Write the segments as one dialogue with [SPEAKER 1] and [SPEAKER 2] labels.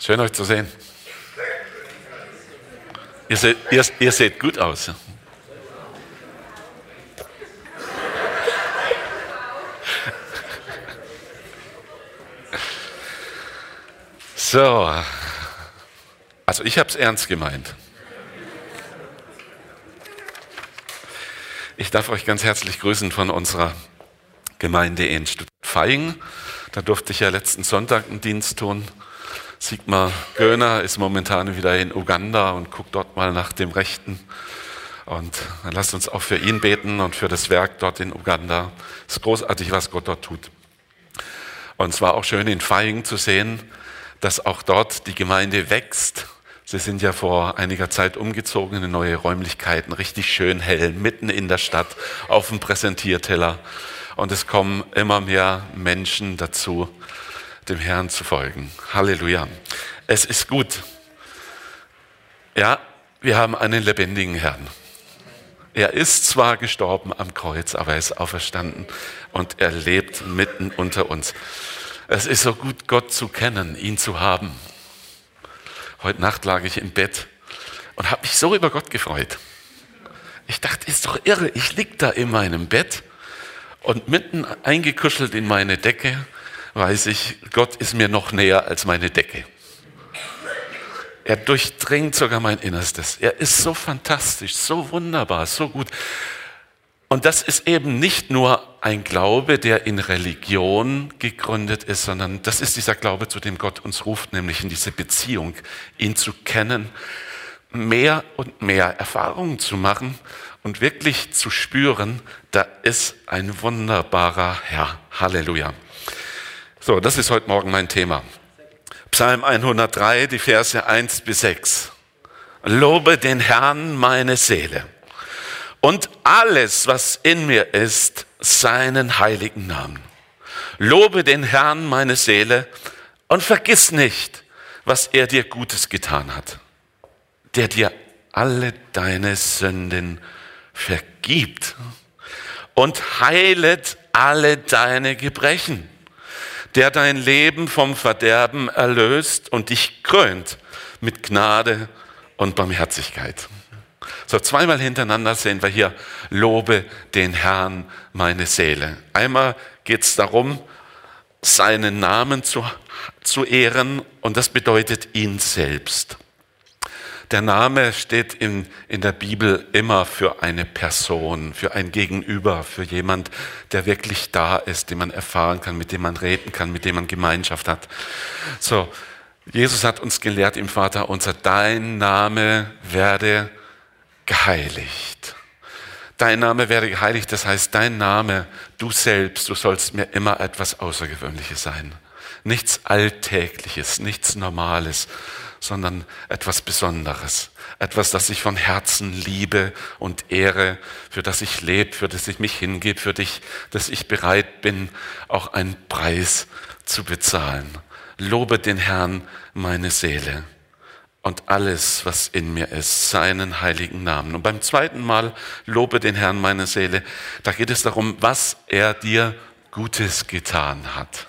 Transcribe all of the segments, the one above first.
[SPEAKER 1] Schön euch zu sehen. Ihr seht gut aus. So, also ich habe es ernst gemeint. Ich darf euch ganz herzlich grüßen von unserer Gemeinde in Stuttgart-Vaihingen. Da durfte ich ja letzten Sonntag einen Dienst tun. Sigmar Göhner ist momentan wieder in Uganda und guckt dort mal nach dem Rechten. Und lasst uns auch für ihn beten und für das Werk dort in Uganda. Es ist großartig, was Gott dort tut. Und es war auch schön in Vaihingen zu sehen, dass auch dort die Gemeinde wächst. Sie sind ja vor einiger Zeit umgezogen in neue Räumlichkeiten, richtig schön hell, mitten in der Stadt, auf dem Präsentierteller. Und es kommen immer mehr Menschen dazu, dem Herrn zu folgen. Halleluja. Es ist gut. Ja, wir haben einen lebendigen Herrn. Er ist zwar gestorben am Kreuz, aber er ist auferstanden und er lebt mitten unter uns. Es ist so gut, Gott zu kennen, ihn zu haben. Heute Nacht lag ich im Bett und habe mich so über Gott gefreut. Ich dachte, ist doch irre, ich liege da in meinem Bett und mitten eingekuschelt in meine Decke weiß ich, Gott ist mir noch näher als meine Decke. Er durchdringt sogar mein Innerstes. Er ist so fantastisch, so wunderbar, so gut. Und das ist eben nicht nur ein Glaube, der in Religion gegründet ist, sondern das ist dieser Glaube, zu dem Gott uns ruft, nämlich in diese Beziehung, ihn zu kennen, mehr und mehr Erfahrungen zu machen und wirklich zu spüren, da ist ein wunderbarer Herr. Halleluja. So, das ist heute Morgen mein Thema. Psalm 103, die Verse 1-6. Lobe den Herrn, meine Seele, und alles, was in mir ist, seinen heiligen Namen. Lobe den Herrn, meine Seele, und vergiss nicht, was er dir Gutes getan hat, der dir alle deine Sünden vergibt und heilet alle deine Gebrechen, der dein Leben vom Verderben erlöst und dich krönt mit Gnade und Barmherzigkeit. So, zweimal hintereinander sehen wir hier, lobe den Herrn, meine Seele. Einmal geht es darum, seinen Namen zu ehren, und das bedeutet ihn selbst. Der Name steht in der Bibel immer für eine Person, für ein Gegenüber, für jemand, der wirklich da ist, den man erfahren kann, mit dem man reden kann, mit dem man Gemeinschaft hat. So, Jesus hat uns gelehrt im Vaterunser, dein Name werde geheiligt. Dein Name werde geheiligt, das heißt, dein Name, du selbst, du sollst mir immer etwas Außergewöhnliches sein. Nichts Alltägliches, nichts Normales, sondern etwas Besonderes. Etwas, das ich von Herzen liebe und ehre, für das ich lebe, für das ich mich hingebe, für das ich bereit bin, auch einen Preis zu bezahlen. Lobe den Herrn, meine Seele, und alles, was in mir ist, seinen heiligen Namen. Und beim zweiten Mal, lobe den Herrn, meine Seele, da geht es darum, was er dir Gutes getan hat.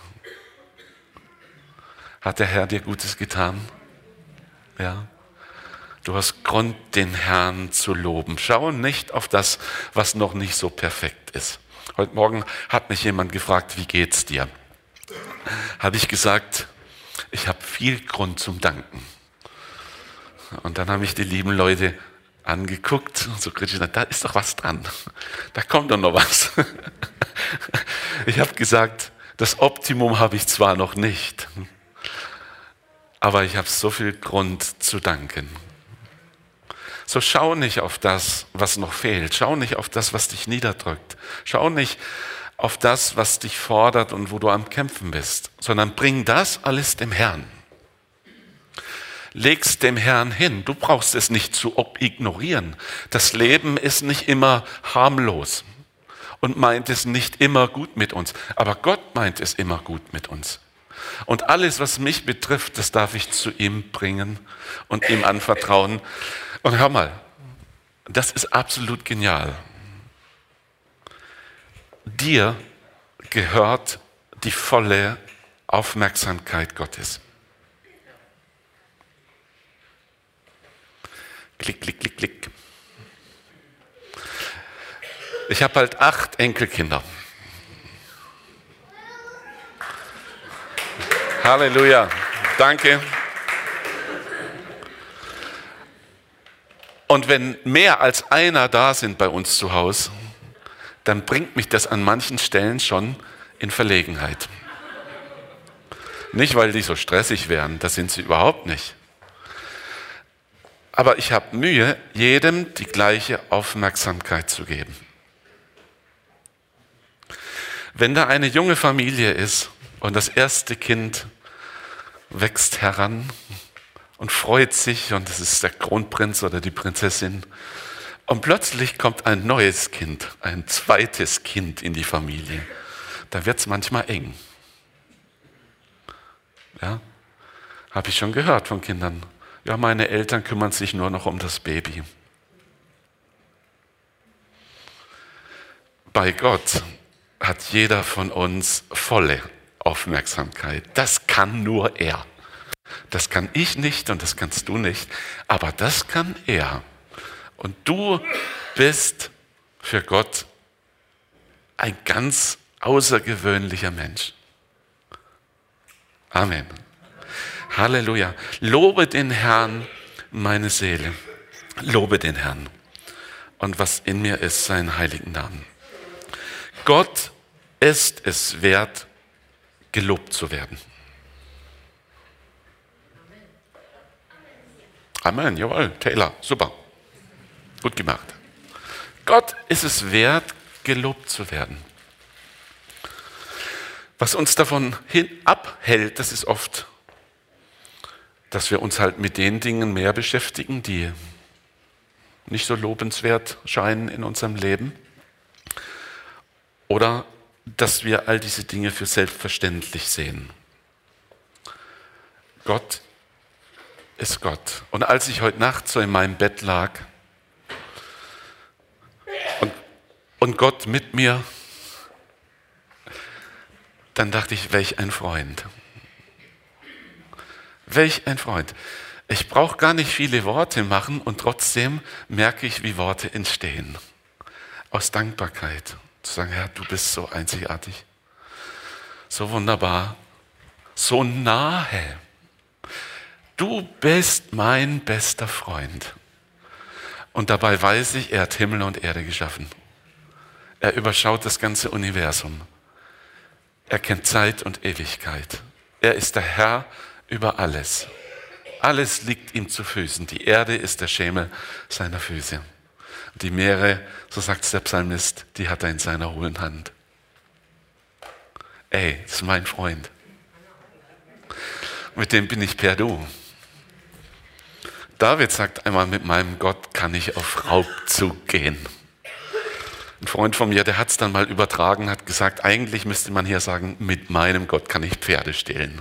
[SPEAKER 1] Hat der Herr dir Gutes getan? Ja. Du hast Grund, den Herrn zu loben. Schau nicht auf das, was noch nicht so perfekt ist. Heute Morgen hat mich jemand gefragt, wie geht's dir? Habe ich gesagt, ich habe viel Grund zum Danken. Und dann haben mich die lieben Leute angeguckt und so kritisch gesagt, da ist doch was dran. Da kommt doch noch was. Ich habe gesagt, das Optimum habe ich zwar noch nicht, aber ich habe so viel Grund zu danken. So schau nicht auf das, was noch fehlt. Schau nicht auf das, was dich niederdrückt. Schau nicht auf das, was dich fordert und wo du am Kämpfen bist, sondern bring das alles dem Herrn. Leg's dem Herrn hin. Du brauchst es nicht zu ignorieren. Das Leben ist nicht immer harmlos und meint es nicht immer gut mit uns. Aber Gott meint es immer gut mit uns. Und alles, was mich betrifft, das darf ich zu ihm bringen und ihm anvertrauen. Und hör mal, das ist absolut genial. Dir gehört die volle Aufmerksamkeit Gottes. Klick, klick, klick, klick. Ich habe bald 8 Enkelkinder. Halleluja, danke. Und wenn mehr als einer da sind bei uns zu Hause, dann bringt mich das an manchen Stellen schon in Verlegenheit. Nicht, weil die so stressig wären, das sind sie überhaupt nicht. Aber ich habe Mühe, jedem die gleiche Aufmerksamkeit zu geben. Wenn da eine junge Familie ist und das erste Kind wächst heran und freut sich und es ist der Kronprinz oder die Prinzessin und plötzlich kommt ein neues Kind, ein zweites Kind in die Familie, da wird es manchmal eng. Ja, habe ich schon gehört von Kindern. Ja, meine Eltern kümmern sich nur noch um das Baby. Bei Gott hat jeder von uns volle Aufmerksamkeit. Das kann nur er. Das kann ich nicht und das kannst du nicht, aber das kann er. Und du bist für Gott ein ganz außergewöhnlicher Mensch. Amen. Halleluja. Lobe den Herrn, meine Seele. Lobe den Herrn. Und was in mir ist, seinen heiligen Namen. Gott ist es wert, gelobt zu werden. Amen, jawohl, Taylor, super. Gut gemacht. Gott ist es wert, gelobt zu werden. Was uns davon abhält, das ist oft, dass wir uns halt mit den Dingen mehr beschäftigen, die nicht so lobenswert scheinen in unserem Leben. Oder dass wir all diese Dinge für selbstverständlich sehen. Gott ist Gott. Und als ich heute Nacht so in meinem Bett lag und Gott mit mir, dann dachte ich, welch ein Freund. Welch ein Freund. Ich brauche gar nicht viele Worte machen und trotzdem merke ich, wie Worte entstehen. Aus Dankbarkeit. Zu sagen, Herr, du bist so einzigartig, so wunderbar, so nahe. Du bist mein bester Freund. Und dabei weiß ich, er hat Himmel und Erde geschaffen. Er überschaut das ganze Universum. Er kennt Zeit und Ewigkeit. Er ist der Herr über alles. Alles liegt ihm zu Füßen. Die Erde ist der Schemel seiner Füße. Die Meere, so sagt der Psalmist, die hat er in seiner hohlen Hand. Ey, das ist mein Freund. Mit dem bin ich per Du. David sagt einmal, mit meinem Gott kann ich auf Raubzug gehen. Ein Freund von mir, der hat es dann mal übertragen, hat gesagt, eigentlich müsste man hier sagen, mit meinem Gott kann ich Pferde stehlen.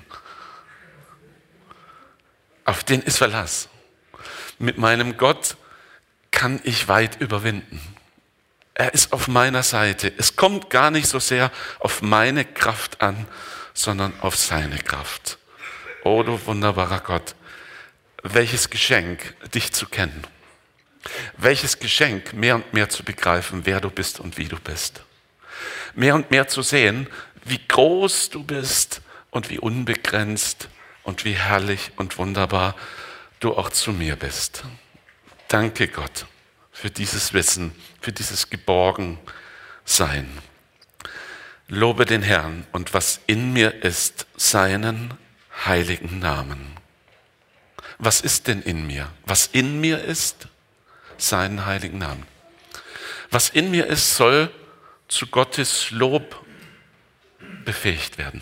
[SPEAKER 1] Auf den ist Verlass. Mit meinem Gott kann ich weit überwinden. Er ist auf meiner Seite. Es kommt gar nicht so sehr auf meine Kraft an, sondern auf seine Kraft. Oh, du wunderbarer Gott, welches Geschenk, dich zu kennen. Welches Geschenk, mehr und mehr zu begreifen, wer du bist und wie du bist. Mehr und mehr zu sehen, wie groß du bist und wie unbegrenzt und wie herrlich und wunderbar du auch zu mir bist. Danke Gott für dieses Wissen, für dieses Geborgensein. Lobe den Herrn und was in mir ist, seinen heiligen Namen. Was ist denn in mir? Was in mir ist, seinen heiligen Namen. Was in mir ist, soll zu Gottes Lob befähigt werden.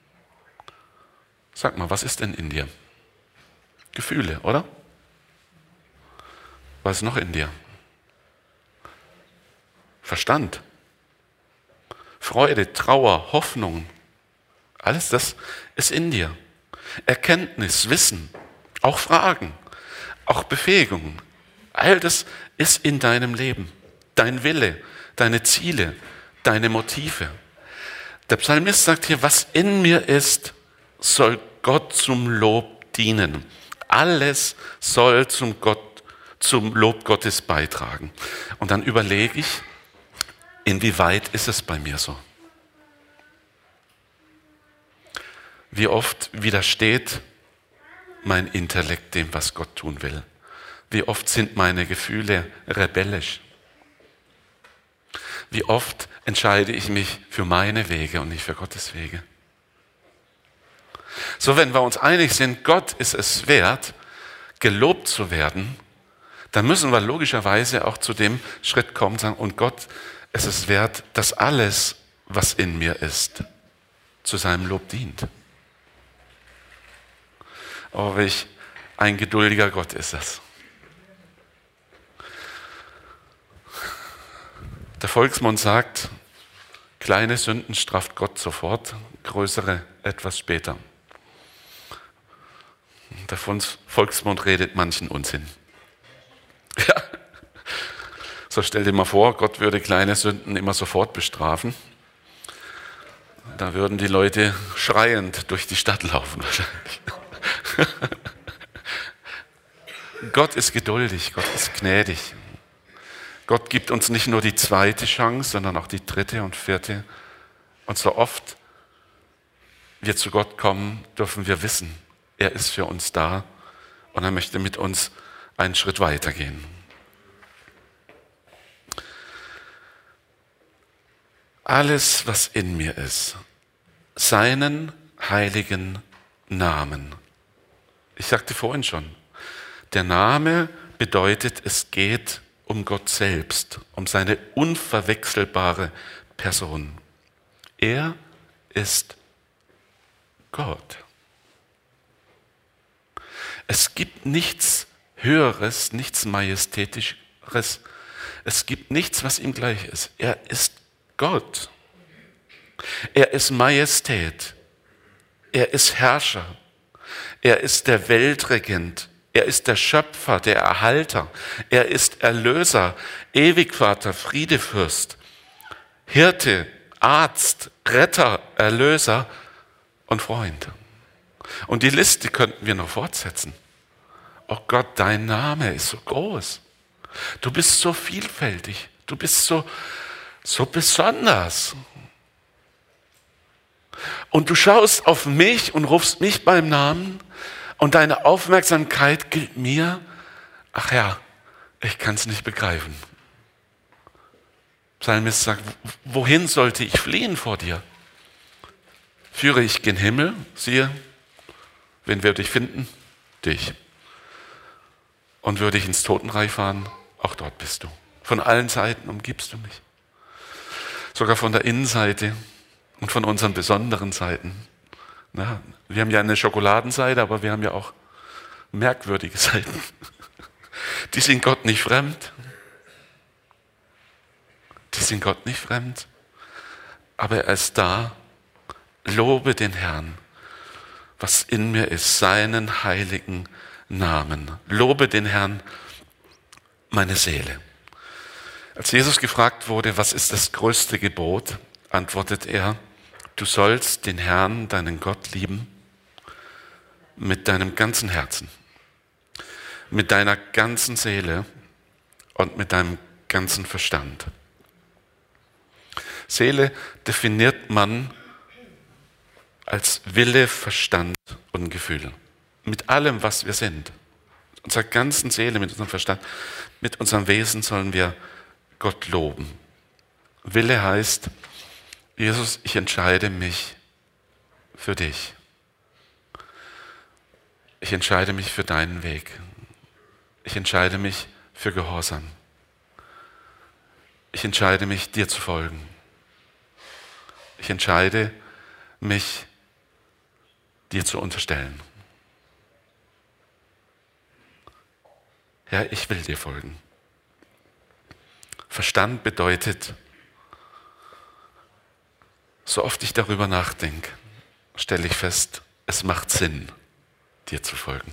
[SPEAKER 1] Sag mal, was ist denn in dir? Gefühle, oder? Was ist noch in dir? Verstand, Freude, Trauer, Hoffnung. Alles das ist in dir. Erkenntnis, Wissen, auch Fragen, auch Befähigungen. All das ist in deinem Leben. Dein Wille, deine Ziele, deine Motive. Der Psalmist sagt hier, was in mir ist, soll Gott zum Lob dienen. Alles soll zu zum Lob Gottes beitragen. Und dann überlege ich, inwieweit ist es bei mir so? Wie oft widersteht mein Intellekt dem, was Gott tun will? Wie oft sind meine Gefühle rebellisch? Wie oft entscheide ich mich für meine Wege und nicht für Gottes Wege? So, wenn wir uns einig sind, Gott ist es wert, gelobt zu werden, dann müssen wir logischerweise auch zu dem Schritt kommen und sagen, und Gott ist es wert, dass alles, was in mir ist, zu seinem Lob dient. Oh, welch ein geduldiger Gott ist das. Der Volksmund sagt, kleine Sünden straft Gott sofort, größere etwas später. Der Volksmund redet manchen Unsinn. Ja. So stell dir mal vor, Gott würde kleine Sünden immer sofort bestrafen. Da würden die Leute schreiend durch die Stadt laufen wahrscheinlich. Gott ist geduldig, Gott ist gnädig. Gott gibt uns nicht nur die zweite Chance, sondern auch die dritte und vierte. Und so oft wir zu Gott kommen, dürfen wir wissen, er ist für uns da und er möchte mit uns einen Schritt weitergehen. Alles, was in mir ist, seinen heiligen Namen. Ich sagte vorhin schon, der Name bedeutet, es geht um Gott selbst, um seine unverwechselbare Person. Er ist Gott. Es gibt nichts Höheres, nichts Majestätischeres. Es gibt nichts, was ihm gleich ist. Er ist Gott. Er ist Majestät. Er ist Herrscher. Er ist der Weltregent. Er ist der Schöpfer, der Erhalter. Er ist Erlöser, Ewigvater, Friedefürst, Hirte, Arzt, Retter, Erlöser und Freund. Und die Liste könnten wir noch fortsetzen. Oh Gott, dein Name ist so groß. Du bist so vielfältig. Du bist so besonders. Und du schaust auf mich und rufst mich beim Namen und deine Aufmerksamkeit gilt mir. Ach ja, ich kann es nicht begreifen. Psalmist sagt, wohin sollte ich fliehen vor dir? Führe ich gen Himmel, siehe, wen werde ich finden? Dich. Und würde ich ins Totenreich fahren? Auch dort bist du. Von allen Seiten umgibst du mich. Sogar von der Innenseite und von unseren besonderen Seiten. Na, wir haben ja eine Schokoladenseite, aber wir haben ja auch merkwürdige Seiten. Die sind Gott nicht fremd. Die sind Gott nicht fremd. Aber er ist da. Lobe den Herrn, was in mir ist, seinen heiligen Namen. Lobe den Herrn, meine Seele. Als Jesus gefragt wurde, was ist das größte Gebot, antwortet er, du sollst den Herrn, deinen Gott lieben, mit deinem ganzen Herzen, mit deiner ganzen Seele und mit deinem ganzen Verstand. Seele definiert man als Wille, Verstand und Gefühl. Mit allem, was wir sind. Mit unserer ganzen Seele, mit unserem Verstand, mit unserem Wesen sollen wir Gott loben. Wille heißt, Jesus, ich entscheide mich für dich. Ich entscheide mich für deinen Weg. Ich entscheide mich für Gehorsam. Ich entscheide mich, dir zu folgen. Ich entscheide mich, dir zu unterstellen. Ja, ich will dir folgen. Verstand bedeutet, so oft ich darüber nachdenke, stelle ich fest, es macht Sinn, dir zu folgen.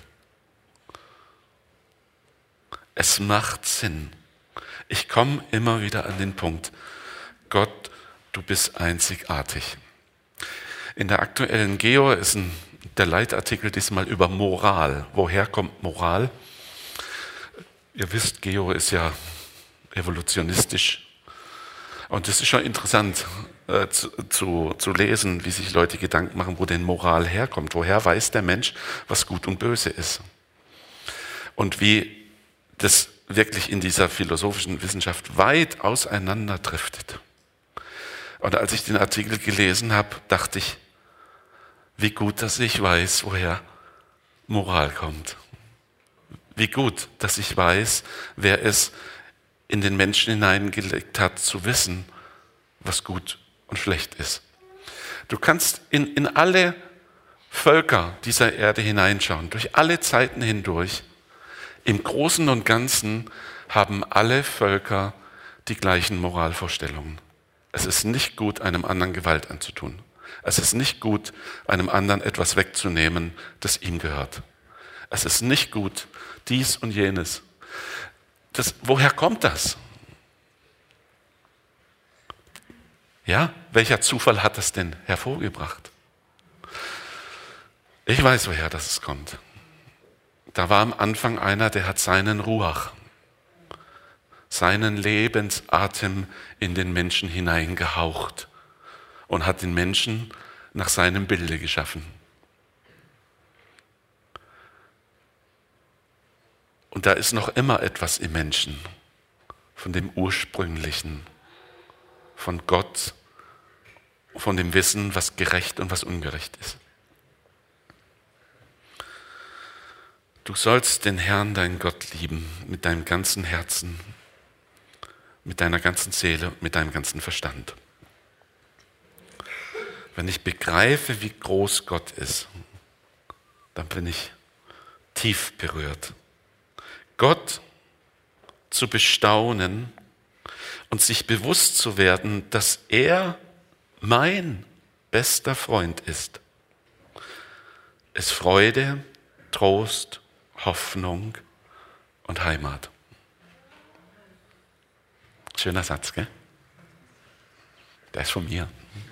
[SPEAKER 1] Es macht Sinn. Ich komme immer wieder an den Punkt, Gott, du bist einzigartig. In der aktuellen Geo ist der Leitartikel diesmal über Moral. Woher kommt Moral? Ihr wisst, Geo ist ja evolutionistisch. Und es ist schon interessant zu lesen, wie sich Leute Gedanken machen, wo denn Moral herkommt. Woher weiß der Mensch, was gut und böse ist? Und wie das wirklich in dieser philosophischen Wissenschaft weit auseinanderdriftet. Und als ich den Artikel gelesen habe, dachte ich, wie gut, dass ich weiß, woher Moral kommt. Wie gut, dass ich weiß, wer es in den Menschen hineingelegt hat, zu wissen, was gut und schlecht ist. Du kannst in alle Völker dieser Erde hineinschauen, durch alle Zeiten hindurch. Im Großen und Ganzen haben alle Völker die gleichen Moralvorstellungen. Es ist nicht gut, einem anderen Gewalt anzutun. Es ist nicht gut, einem anderen etwas wegzunehmen, das ihm gehört. Es ist nicht gut, dies und jenes. Woher kommt das? Ja, welcher Zufall hat das denn hervorgebracht? Ich weiß, woher das kommt. Da war am Anfang einer, der hat seinen Ruach, seinen Lebensatem in den Menschen hineingehaucht und hat den Menschen nach seinem Bilde geschaffen. Und da ist noch immer etwas im Menschen, von dem Ursprünglichen, von Gott, von dem Wissen, was gerecht und was ungerecht ist. Du sollst den Herrn, deinen Gott, lieben, mit deinem ganzen Herzen, mit deiner ganzen Seele, mit deinem ganzen Verstand. Wenn ich begreife, wie groß Gott ist, dann bin ich tief berührt. Gott zu bestaunen und sich bewusst zu werden, dass er mein bester Freund ist, ist Freude, Trost, Hoffnung und Heimat. Schöner Satz, gell? Der ist von mir.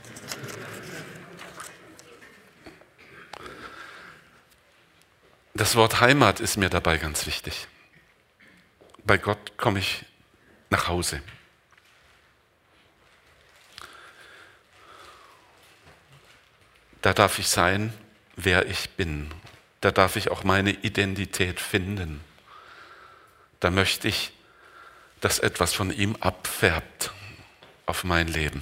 [SPEAKER 1] Das Wort Heimat ist mir dabei ganz wichtig. Bei Gott komme ich nach Hause. Da darf ich sein, wer ich bin. Da darf ich auch meine Identität finden. Da möchte ich, dass etwas von ihm abfärbt auf mein Leben.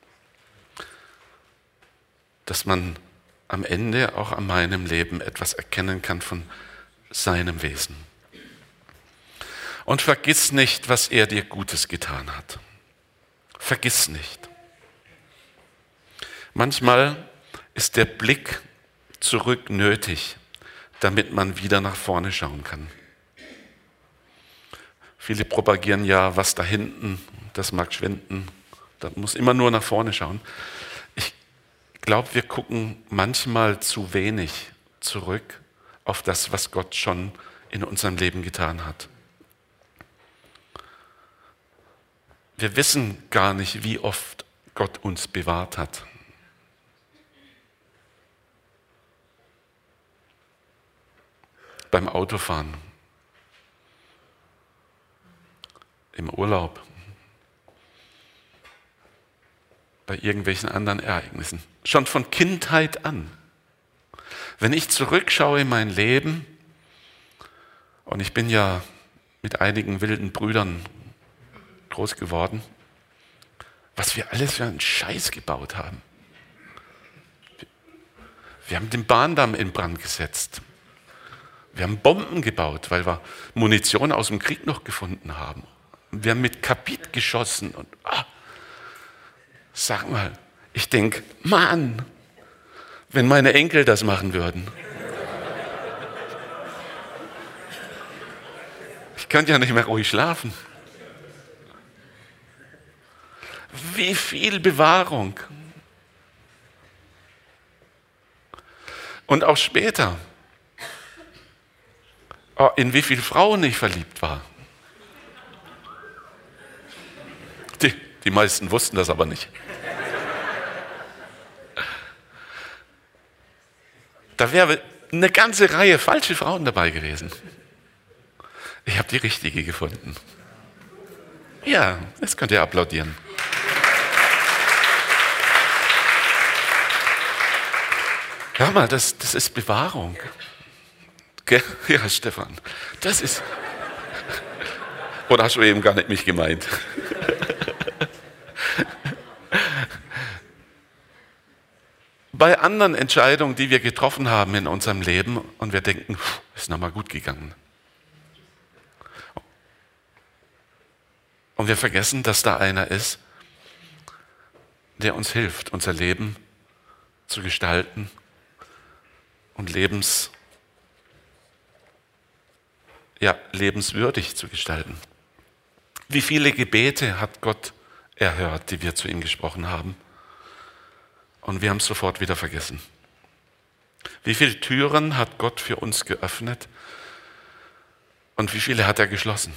[SPEAKER 1] Dass man am Ende auch an meinem Leben etwas erkennen kann von seinem Wesen. Und vergiss nicht, was er dir Gutes getan hat. Vergiss nicht. Manchmal ist der Blick zurück nötig, damit man wieder nach vorne schauen kann. Viele propagieren ja, was da hinten, das mag schwinden. Da muss immer nur nach vorne schauen. Ich glaube, wir gucken manchmal zu wenig zurück auf das, was Gott schon in unserem Leben getan hat. Wir wissen gar nicht, wie oft Gott uns bewahrt hat. Beim Autofahren, im Urlaub, bei irgendwelchen anderen Ereignissen. Schon von Kindheit an. Wenn ich zurückschaue in mein Leben, und ich bin ja mit einigen wilden Brüdern groß geworden, was wir alles für einen Scheiß gebaut haben. Wir haben den Bahndamm in Brand gesetzt. Wir haben Bomben gebaut, weil wir Munition aus dem Krieg noch gefunden haben. Wir haben mit Kapit geschossen. Und sag mal, ich denke, Mann, wenn meine Enkel das machen würden. Ich könnte ja nicht mehr ruhig schlafen. Wie viel Bewahrung. Und auch später, in wie viele Frauen ich verliebt war. Die meisten wussten das aber nicht. Da wäre eine ganze Reihe falsche Frauen dabei gewesen. Ich habe die richtige gefunden. Ja, das könnt ihr applaudieren. Hör mal, das ist Bewahrung. Gell? Ja, Stefan, das ist... Oder hast du eben gar nicht mich gemeint? Bei anderen Entscheidungen, die wir getroffen haben in unserem Leben und wir denken, ist nochmal gut gegangen. Und wir vergessen, dass da einer ist, der uns hilft, unser Leben zu gestalten und lebenswürdig zu gestalten. Wie viele Gebete hat Gott erhört, die wir zu ihm gesprochen haben? Und wir haben es sofort wieder vergessen. Wie viele Türen hat Gott für uns geöffnet und wie viele hat er geschlossen?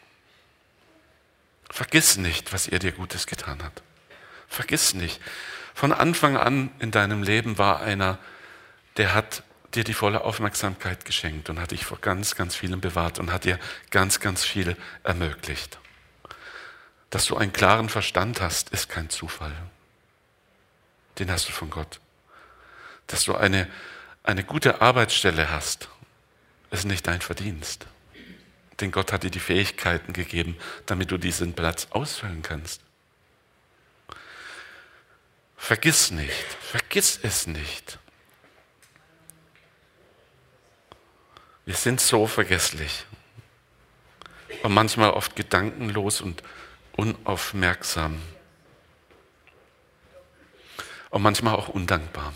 [SPEAKER 1] Vergiss nicht, was er dir Gutes getan hat. Vergiss nicht. Von Anfang an in deinem Leben war einer, der hat dir die volle Aufmerksamkeit geschenkt und hat dich vor ganz, ganz vielem bewahrt und hat dir ganz, ganz viel ermöglicht. Dass du einen klaren Verstand hast, ist kein Zufall. Den hast du von Gott. Dass du eine gute Arbeitsstelle hast, ist nicht dein Verdienst. Denn Gott hat dir die Fähigkeiten gegeben, damit du diesen Platz ausfüllen kannst. Vergiss es nicht. Wir sind so vergesslich und manchmal oft gedankenlos und unaufmerksam und manchmal auch undankbar.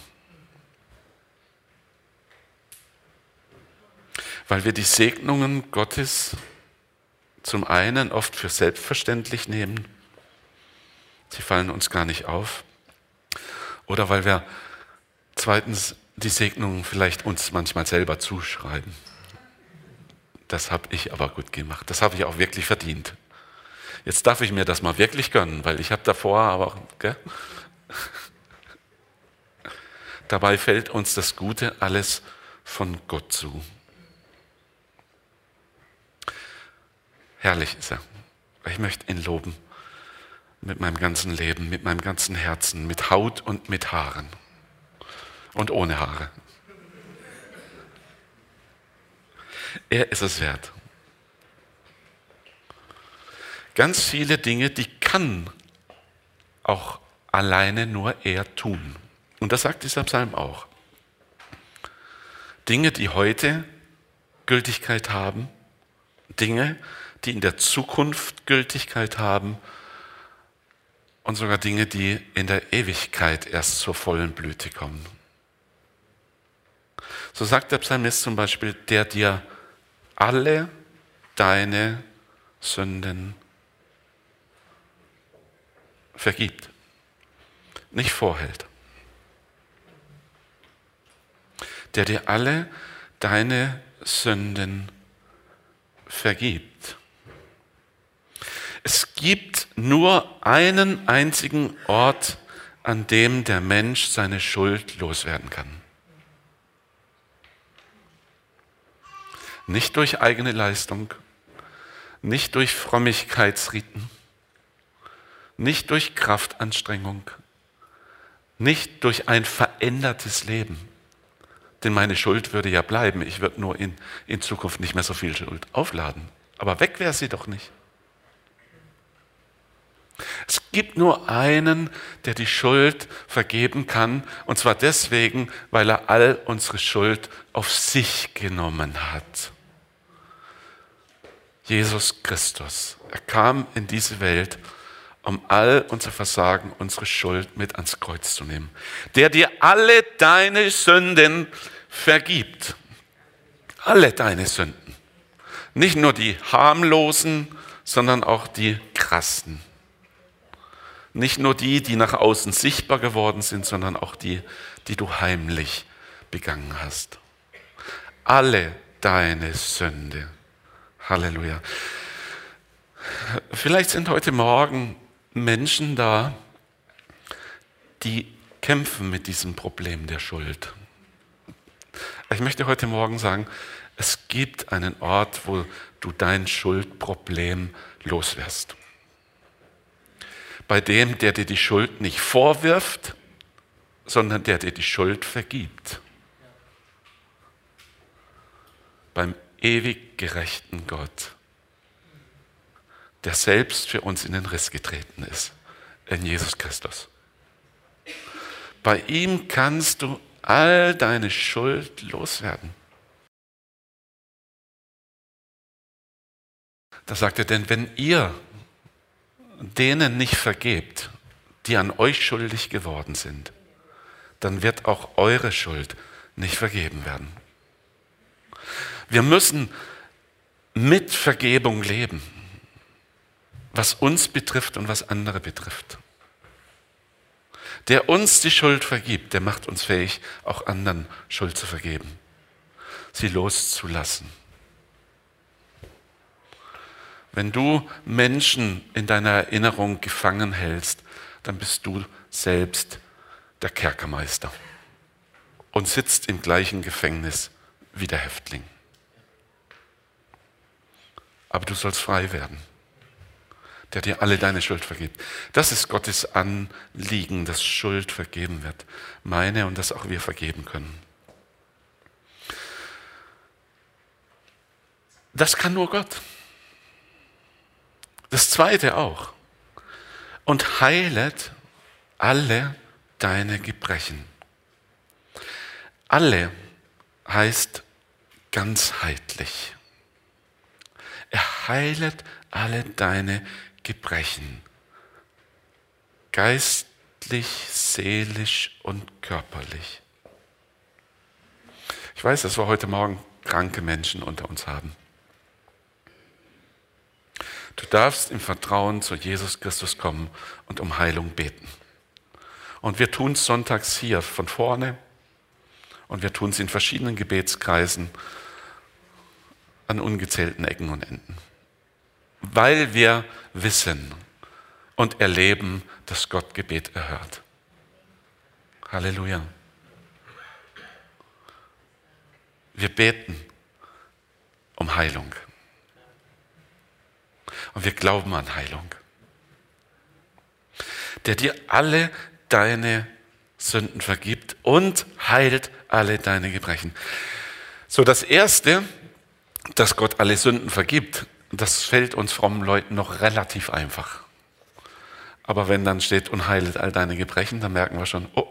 [SPEAKER 1] Weil wir die Segnungen Gottes zum einen oft für selbstverständlich nehmen, sie fallen uns gar nicht auf, oder weil wir zweitens die Segnungen vielleicht uns manchmal selber zuschreiben. Das habe ich aber gut gemacht, das habe ich auch wirklich verdient. Jetzt darf ich mir das mal wirklich gönnen, weil ich habe davor aber... Gell? Dabei fällt uns das Gute alles von Gott zu. Herrlich ist er. Ich möchte ihn loben mit meinem ganzen Leben, mit meinem ganzen Herzen, mit Haut und mit Haaren und ohne Haare. Er ist es wert. Ganz viele Dinge, die kann auch alleine nur er tun. Und das sagt dieser Psalm auch. Dinge, die heute Gültigkeit haben, Dinge, die in der Zukunft Gültigkeit haben und sogar Dinge, die in der Ewigkeit erst zur vollen Blüte kommen. So sagt der Psalmist zum Beispiel, der dir alle deine Sünden vergibt, nicht vorhält. Der dir alle deine Sünden vergibt. Es gibt nur einen einzigen Ort, an dem der Mensch seine Schuld loswerden kann. Nicht durch eigene Leistung, nicht durch Frömmigkeitsriten, nicht durch Kraftanstrengung, nicht durch ein verändertes Leben. Denn meine Schuld würde ja bleiben. Ich würde nur in Zukunft nicht mehr so viel Schuld aufladen. Aber weg wäre sie doch nicht. Es gibt nur einen, der die Schuld vergeben kann. Und zwar deswegen, weil er all unsere Schuld auf sich genommen hat. Jesus Christus. Er kam in diese Welt, um all unser Versagen, unsere Schuld mit ans Kreuz zu nehmen. Der dir alle deine Sünden vergibt. Alle deine Sünden. Nicht nur die harmlosen, sondern auch die krassen. Nicht nur die, die nach außen sichtbar geworden sind, sondern auch die, die du heimlich begangen hast. Alle deine Sünde. Halleluja. Vielleicht sind heute Morgen Menschen da, die kämpfen mit diesem Problem der Schuld. Ich möchte heute Morgen sagen, Es gibt einen Ort, wo du dein Schuldproblem loswirst. Bei dem, der dir die Schuld nicht vorwirft, sondern der dir die Schuld vergibt. Beim ewig gerechten Gott, der selbst für uns in den Riss getreten ist, in Jesus Christus. Bei ihm kannst du all deine Schuld loswerden. Da sagt er, denn wenn ihr denen nicht vergebt, die an euch schuldig geworden sind, dann wird auch eure Schuld nicht vergeben werden. Wir müssen mit Vergebung leben, was uns betrifft und was andere betrifft. Der uns die Schuld vergibt, der macht uns fähig, auch anderen Schuld zu vergeben, sie loszulassen. Wenn du Menschen in deiner Erinnerung gefangen hältst, dann bist du selbst der Kerkermeister und sitzt im gleichen Gefängnis wie der Häftling. Aber du sollst frei werden, der dir alle deine Schuld vergibt. Das ist Gottes Anliegen, dass Schuld vergeben wird. Meine und dass auch wir vergeben können. Das kann nur Gott. Das Zweite auch. Und heilet alle deine Gebrechen. Alle heißt ganzheitlich. Er heilet alle deine Gebrechen. Geistlich, seelisch und körperlich. Ich weiß, dass wir heute Morgen kranke Menschen unter uns haben. Du darfst im Vertrauen zu Jesus Christus kommen und um Heilung beten. Und wir tun es sonntags hier von vorne und wir tun es in verschiedenen Gebetskreisen an ungezählten Ecken und Enden. Weil wir wissen und erleben, dass Gott Gebet erhört. Halleluja. Wir beten um Heilung. Und wir glauben an Heilung. Der dir alle deine Sünden vergibt und heilt alle deine Gebrechen. So, das Erste, dass Gott alle Sünden vergibt, das fällt uns frommen Leuten noch relativ einfach. Aber wenn dann steht, und heilet all deine Gebrechen, dann merken wir schon, oh,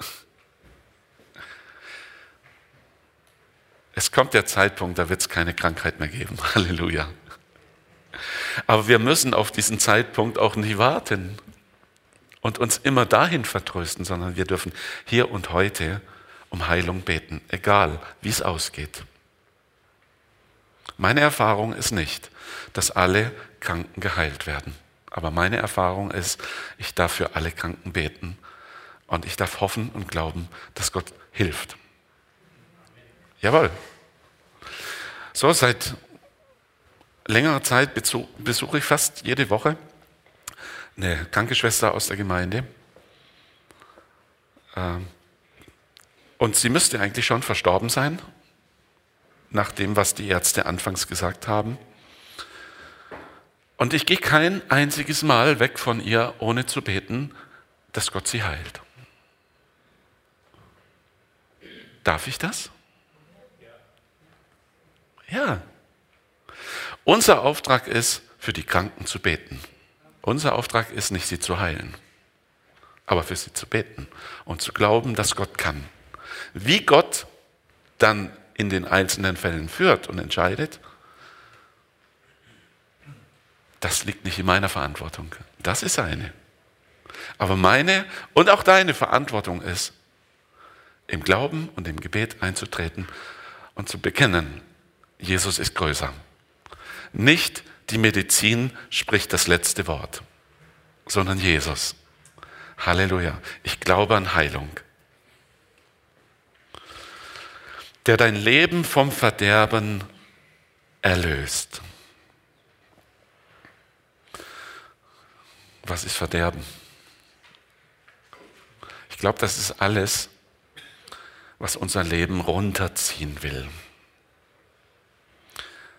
[SPEAKER 1] es kommt der Zeitpunkt, da wird es keine Krankheit mehr geben. Halleluja. Aber wir müssen auf diesen Zeitpunkt auch nicht warten und uns immer dahin vertrösten, sondern wir dürfen hier und heute um Heilung beten, egal wie es ausgeht. Meine Erfahrung ist nicht, dass alle Kranken geheilt werden. Aber meine Erfahrung ist, ich darf für alle Kranken beten und ich darf hoffen und glauben, dass Gott hilft. Jawohl. So, seit längerer Zeit besuche ich fast jede Woche eine Krankenschwester aus der Gemeinde. Und sie müsste eigentlich schon verstorben sein, nach dem, was die Ärzte anfangs gesagt haben. Und ich gehe kein einziges Mal weg von ihr, ohne zu beten, dass Gott sie heilt. Darf ich das? Ja. Unser Auftrag ist, für die Kranken zu beten. Unser Auftrag ist nicht, sie zu heilen, aber für sie zu beten und zu glauben, dass Gott kann. Wie Gott dann in den einzelnen Fällen führt und entscheidet, das liegt nicht in meiner Verantwortung. Das ist seine. Aber meine und auch deine Verantwortung ist, im Glauben und im Gebet einzutreten und zu bekennen, Jesus ist größer. Nicht die Medizin spricht das letzte Wort, sondern Jesus. Halleluja. Ich glaube an Heilung. Der dein Leben vom Verderben erlöst. Was ist Verderben? Ich glaube, das ist alles, was unser Leben runterziehen will.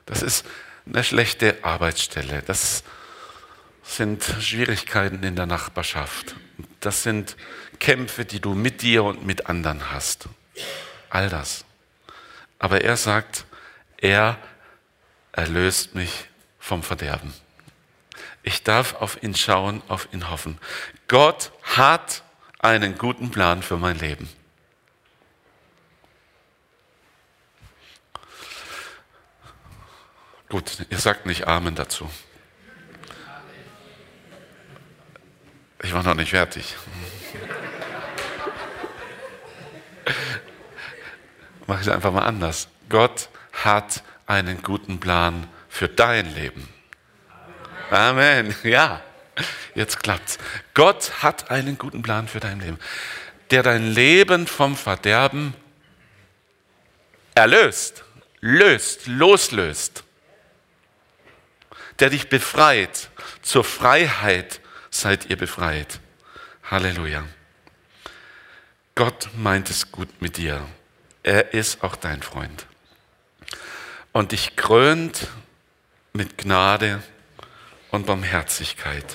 [SPEAKER 1] Das ist eine schlechte Arbeitsstelle. Das sind Schwierigkeiten in der Nachbarschaft. Das sind Kämpfe, die du mit dir und mit anderen hast. All das. Aber er sagt, er erlöst mich vom Verderben. Ich darf auf ihn schauen, auf ihn hoffen. Gott hat einen guten Plan für mein Leben. Gut, ihr sagt nicht Amen dazu. Ich war noch nicht fertig. Mach ich es einfach mal anders. Gott hat einen guten Plan für dein Leben. Amen. Ja, jetzt klappt's. Gott hat einen guten Plan für dein Leben, der dein Leben vom Verderben erlöst, loslöst, der dich befreit. Zur Freiheit seid ihr befreit. Halleluja. Gott meint es gut mit dir. Er ist auch dein Freund. Und dich krönt mit Gnade und Barmherzigkeit.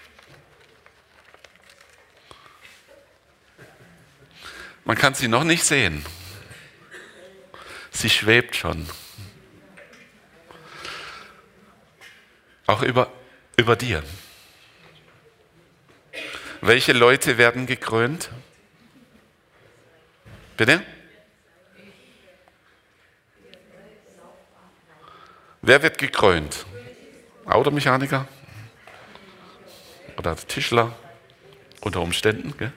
[SPEAKER 1] Man kann sie noch nicht sehen. Sie schwebt schon. Auch über dir. Welche Leute werden gekrönt? Bitte? Wer wird gekrönt? Automechaniker? Oder Tischler? Unter Umständen. Gell?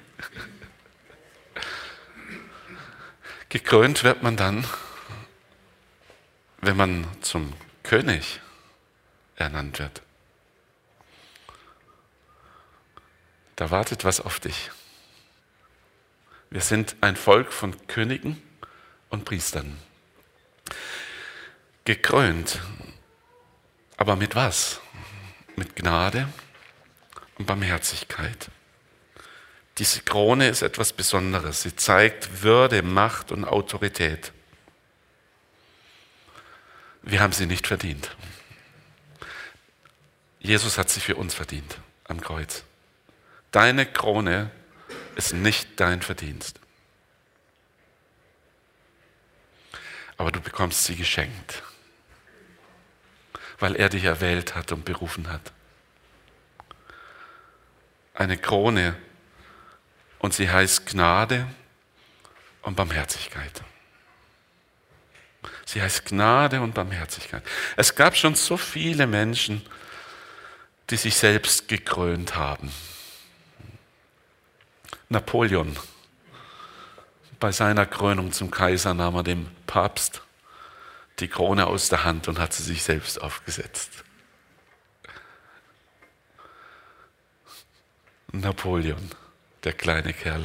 [SPEAKER 1] Gekrönt wird man dann, wenn man zum König ernannt wird. Da wartet was auf dich. Wir sind ein Volk von Königen und Priestern. Gekrönt. Aber mit was? Mit Gnade und Barmherzigkeit. Diese Krone ist etwas Besonderes. Sie zeigt Würde, Macht und Autorität. Wir haben sie nicht verdient. Jesus hat sie für uns verdient am Kreuz. Deine Krone ist nicht dein Verdienst. Aber du bekommst sie geschenkt, weil er dich erwählt hat und berufen hat. Eine Krone, und sie heißt Gnade und Barmherzigkeit. Sie heißt Gnade und Barmherzigkeit. Es gab schon so viele Menschen, die sich selbst gekrönt haben. Napoleon, bei seiner Krönung zum Kaiser nahm er dem Papst die Krone aus der Hand und hat sie sich selbst aufgesetzt. Napoleon, der kleine Kerl.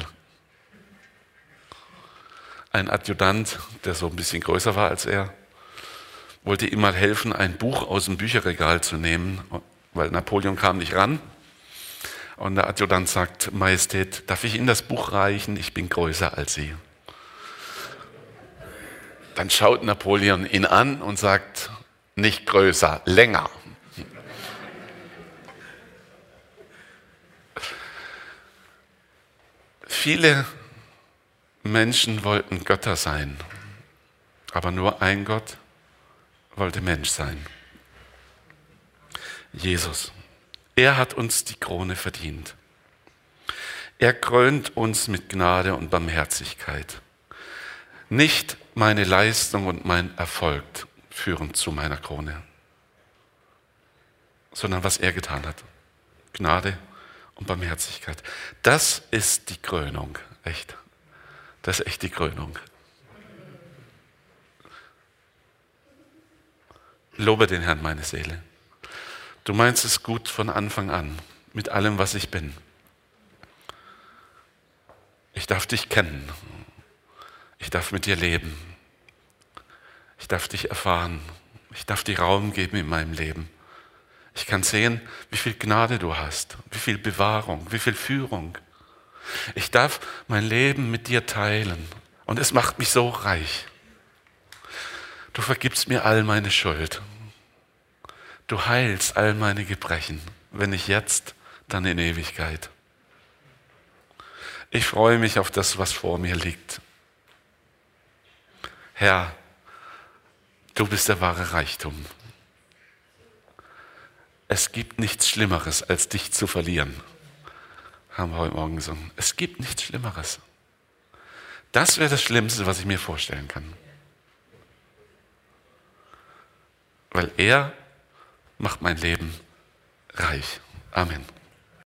[SPEAKER 1] Ein Adjutant, der so ein bisschen größer war als er, wollte ihm mal helfen, ein Buch aus dem Bücherregal zu nehmen, weil Napoleon kam nicht ran. Und der Adjutant sagt, Majestät, darf ich Ihnen das Buch reichen? Ich bin größer als Sie. Dann schaut Napoleon ihn an und sagt, nicht größer, länger. Viele Menschen wollten Götter sein, aber nur ein Gott wollte Mensch sein. Jesus. Er hat uns die Krone verdient. Er krönt uns mit Gnade und Barmherzigkeit. Nicht meine Leistung und mein Erfolg führen zu meiner Krone, sondern was er getan hat. Gnade und Barmherzigkeit. Das ist die Krönung, echt. Das ist echt die Krönung. Lobe den Herrn, meine Seele. Du meinst es gut von Anfang an, mit allem, was ich bin. Ich darf dich kennen. Ich darf mit dir leben. Ich darf dich erfahren. Ich darf dir Raum geben in meinem Leben. Ich kann sehen, wie viel Gnade du hast, wie viel Bewahrung, wie viel Führung. Ich darf mein Leben mit dir teilen und es macht mich so reich. Du vergibst mir all meine Schuld. Du heilst all meine Gebrechen, wenn nicht jetzt, dann in Ewigkeit. Ich freue mich auf das, was vor mir liegt. Herr, du bist der wahre Reichtum. Es gibt nichts Schlimmeres, als dich zu verlieren, haben wir heute Morgen gesungen. Es gibt nichts Schlimmeres. Das wäre das Schlimmste, was ich mir vorstellen kann. Weil er macht mein Leben reich. Amen.